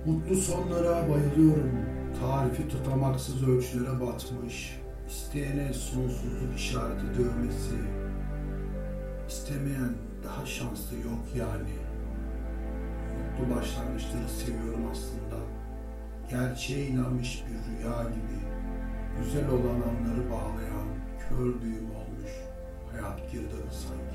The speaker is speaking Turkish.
Mutlu sonlara bayılıyorum. Tarifi tutamaksız ölçülere batmış. İsteyene sonsuzluk işareti dövmesi. İstemeyen daha şanslı yok yani. Mutlu başlangıçları seviyorum aslında. Gerçeğe inanmış bir rüya gibi. Güzel olan anları bağlayan kör düğüm olmuş hayat girdabı sanki.